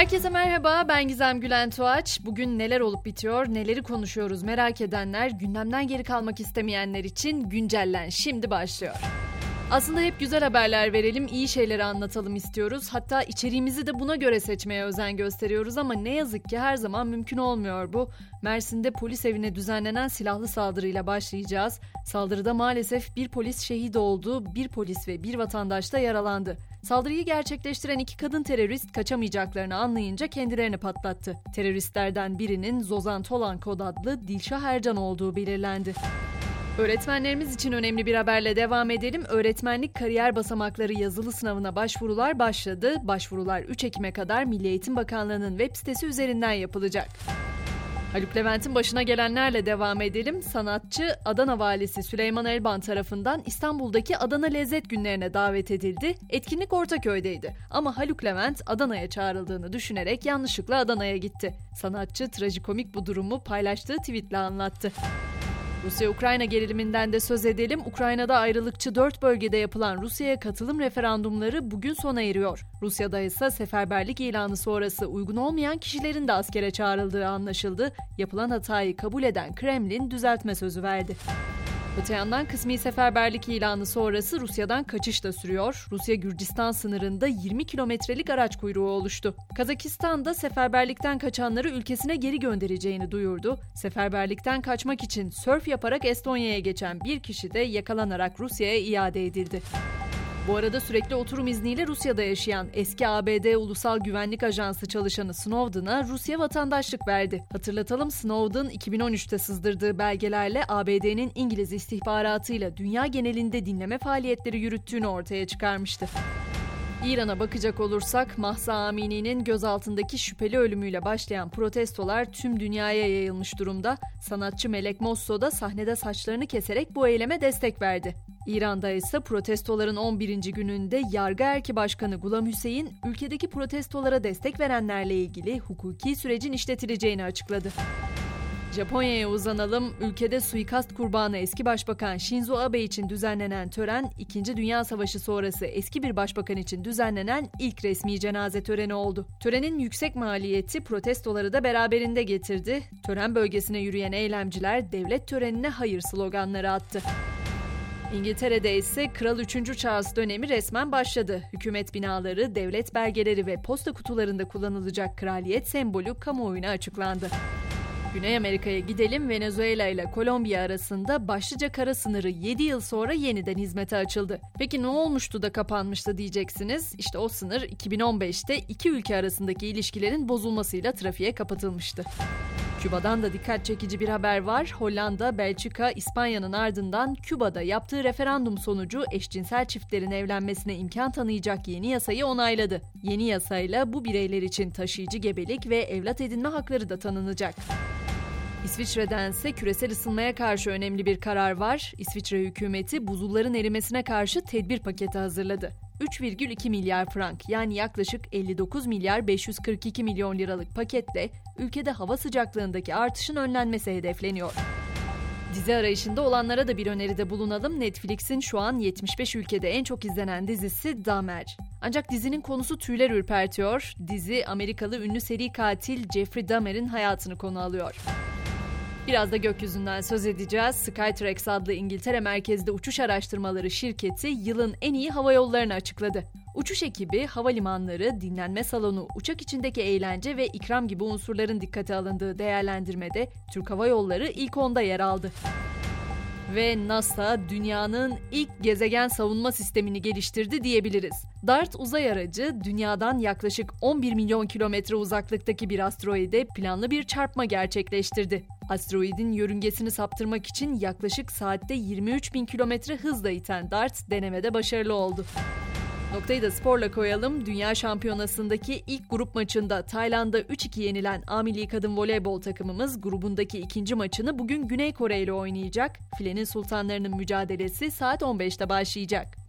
Herkese merhaba, ben Gizem Gülen Tuğaç. Bugün neler olup bitiyor, neleri konuşuyoruz merak edenler, gündemden geri kalmak istemeyenler için Güncellen şimdi başlıyor. Aslında hep güzel haberler verelim, iyi şeyleri anlatalım istiyoruz. Hatta içeriğimizi de buna göre seçmeye özen gösteriyoruz ama ne yazık ki her zaman mümkün olmuyor bu. Mersin'de polis evine düzenlenen silahlı saldırıyla başlayacağız. Saldırıda maalesef bir polis şehit oldu, bir polis ve bir vatandaş da yaralandı. Saldırıyı gerçekleştiren iki kadın terörist kaçamayacaklarını anlayınca kendilerini patlattı. Teröristlerden birinin Zozan Tolankod adlı Dilşah Ercan olduğu belirlendi. Öğretmenlerimiz için önemli bir haberle devam edelim. Öğretmenlik kariyer basamakları yazılı sınavına başvurular başladı. Başvurular 3 Ekim'e kadar Milli Eğitim Bakanlığı'nın web sitesi üzerinden yapılacak. Haluk Levent'in başına gelenlerle devam edelim. Sanatçı Adana Valisi Süleyman Elban tarafından İstanbul'daki Adana Lezzet Günlerine davet edildi. Etkinlik Ortaköy'deydi. Ama Haluk Levent Adana'ya çağrıldığını düşünerek yanlışlıkla Adana'ya gitti. Sanatçı trajikomik bu durumu paylaştığı tweetle anlattı. Rusya-Ukrayna geriliminden de söz edelim. Ukrayna'da ayrılıkçı 4 bölgede yapılan Rusya'ya katılım referandumları bugün sona eriyor. Rusya'da ise seferberlik ilanı sonrası uygun olmayan kişilerin de askere çağrıldığı anlaşıldı. Yapılan hatayı kabul eden Kremlin düzeltme sözü verdi. Öte yandan kısmi seferberlik ilanı sonrası Rusya'dan kaçış da sürüyor. Rusya-Gürcistan sınırında 20 kilometrelik araç kuyruğu oluştu. Kazakistan da seferberlikten kaçanları ülkesine geri göndereceğini duyurdu. Seferberlikten kaçmak için sörf yaparak Estonya'ya geçen bir kişi de yakalanarak Rusya'ya iade edildi. Bu arada sürekli oturum izniyle Rusya'da yaşayan eski ABD Ulusal Güvenlik Ajansı çalışanı Snowden'a Rusya vatandaşlık verdi. Hatırlatalım, Snowden 2013'te sızdırdığı belgelerle ABD'nin İngiliz istihbaratıyla dünya genelinde dinleme faaliyetleri yürüttüğünü ortaya çıkarmıştı. İran'a bakacak olursak Mahsa Amini'nin gözaltındaki şüpheli ölümüyle başlayan protestolar tüm dünyaya yayılmış durumda. Sanatçı Melek Mosso da sahnede saçlarını keserek bu eyleme destek verdi. İran'da ise protestoların 11. gününde Yargı Erki Başkanı Gulam Hüseyin, ülkedeki protestolara destek verenlerle ilgili hukuki sürecin işletileceğini açıkladı. Japonya'ya uzanalım. Ülkede suikast kurbanı eski başbakan Shinzo Abe için düzenlenen tören, 2. Dünya Savaşı sonrası eski bir başbakan için düzenlenen ilk resmi cenaze töreni oldu. Törenin yüksek maliyeti protestoları da beraberinde getirdi. Tören bölgesine yürüyen eylemciler devlet törenine hayır sloganları attı. İngiltere'de ise Kral 3. Charles dönemi resmen başladı. Hükümet binaları, devlet belgeleri ve posta kutularında kullanılacak kraliyet sembolü kamuoyuna açıklandı. Güney Amerika'ya gidelim. Venezuela ile Kolombiya arasında başlıca kara sınırı 7 yıl sonra yeniden hizmete açıldı. Peki ne olmuştu da kapanmıştı diyeceksiniz. İşte o sınır 2015'te iki ülke arasındaki ilişkilerin bozulmasıyla trafiğe kapatılmıştı. Küba'dan da dikkat çekici bir haber var. Hollanda, Belçika, İspanya'nın ardından Küba'da yaptığı referandum sonucu eşcinsel çiftlerin evlenmesine imkan tanıyacak yeni yasayı onayladı. Yeni yasayla bu bireyler için taşıyıcı gebelik ve evlat edinme hakları da tanınacak. İsviçre'dense küresel ısınmaya karşı önemli bir karar var. İsviçre hükümeti buzulların erimesine karşı tedbir paketi hazırladı. 3,2 milyar frank yani yaklaşık 59 milyar 542 milyon liralık paketle ülkede hava sıcaklığındaki artışın önlenmesi hedefleniyor. Dizi arayışında olanlara da bir öneride bulunalım. Netflix'in şu an 75 ülkede en çok izlenen dizisi Dahmer. Ancak dizinin konusu tüyler ürpertiyor. Dizi Amerikalı ünlü seri katil Jeffrey Dahmer'in hayatını konu alıyor. Biraz da gökyüzünden söz edeceğiz. Skytrax adlı İngiltere merkezli uçuş araştırmaları şirketi yılın en iyi hava yollarını açıkladı. Uçuş ekibi, havalimanları, dinlenme salonu, uçak içindeki eğlence ve ikram gibi unsurların dikkate alındığı değerlendirmede Türk Hava Yolları ilk 10'da yer aldı. Ve NASA dünyanın ilk gezegen savunma sistemini geliştirdi diyebiliriz. DART uzay aracı dünyadan yaklaşık 11 milyon kilometre uzaklıktaki bir asteroide planlı bir çarpma gerçekleştirdi. Asteroidin yörüngesini saptırmak için yaklaşık saatte 23 bin kilometre hızla iten DART denemede başarılı oldu. Noktayı da sporla koyalım. Dünya Şampiyonası'ndaki ilk grup maçında Tayland'a 3-2 yenilen A Milli Kadın Voleybol takımımız grubundaki ikinci maçını bugün Güney Kore ile oynayacak. Filenin sultanlarının mücadelesi saat 15'te başlayacak.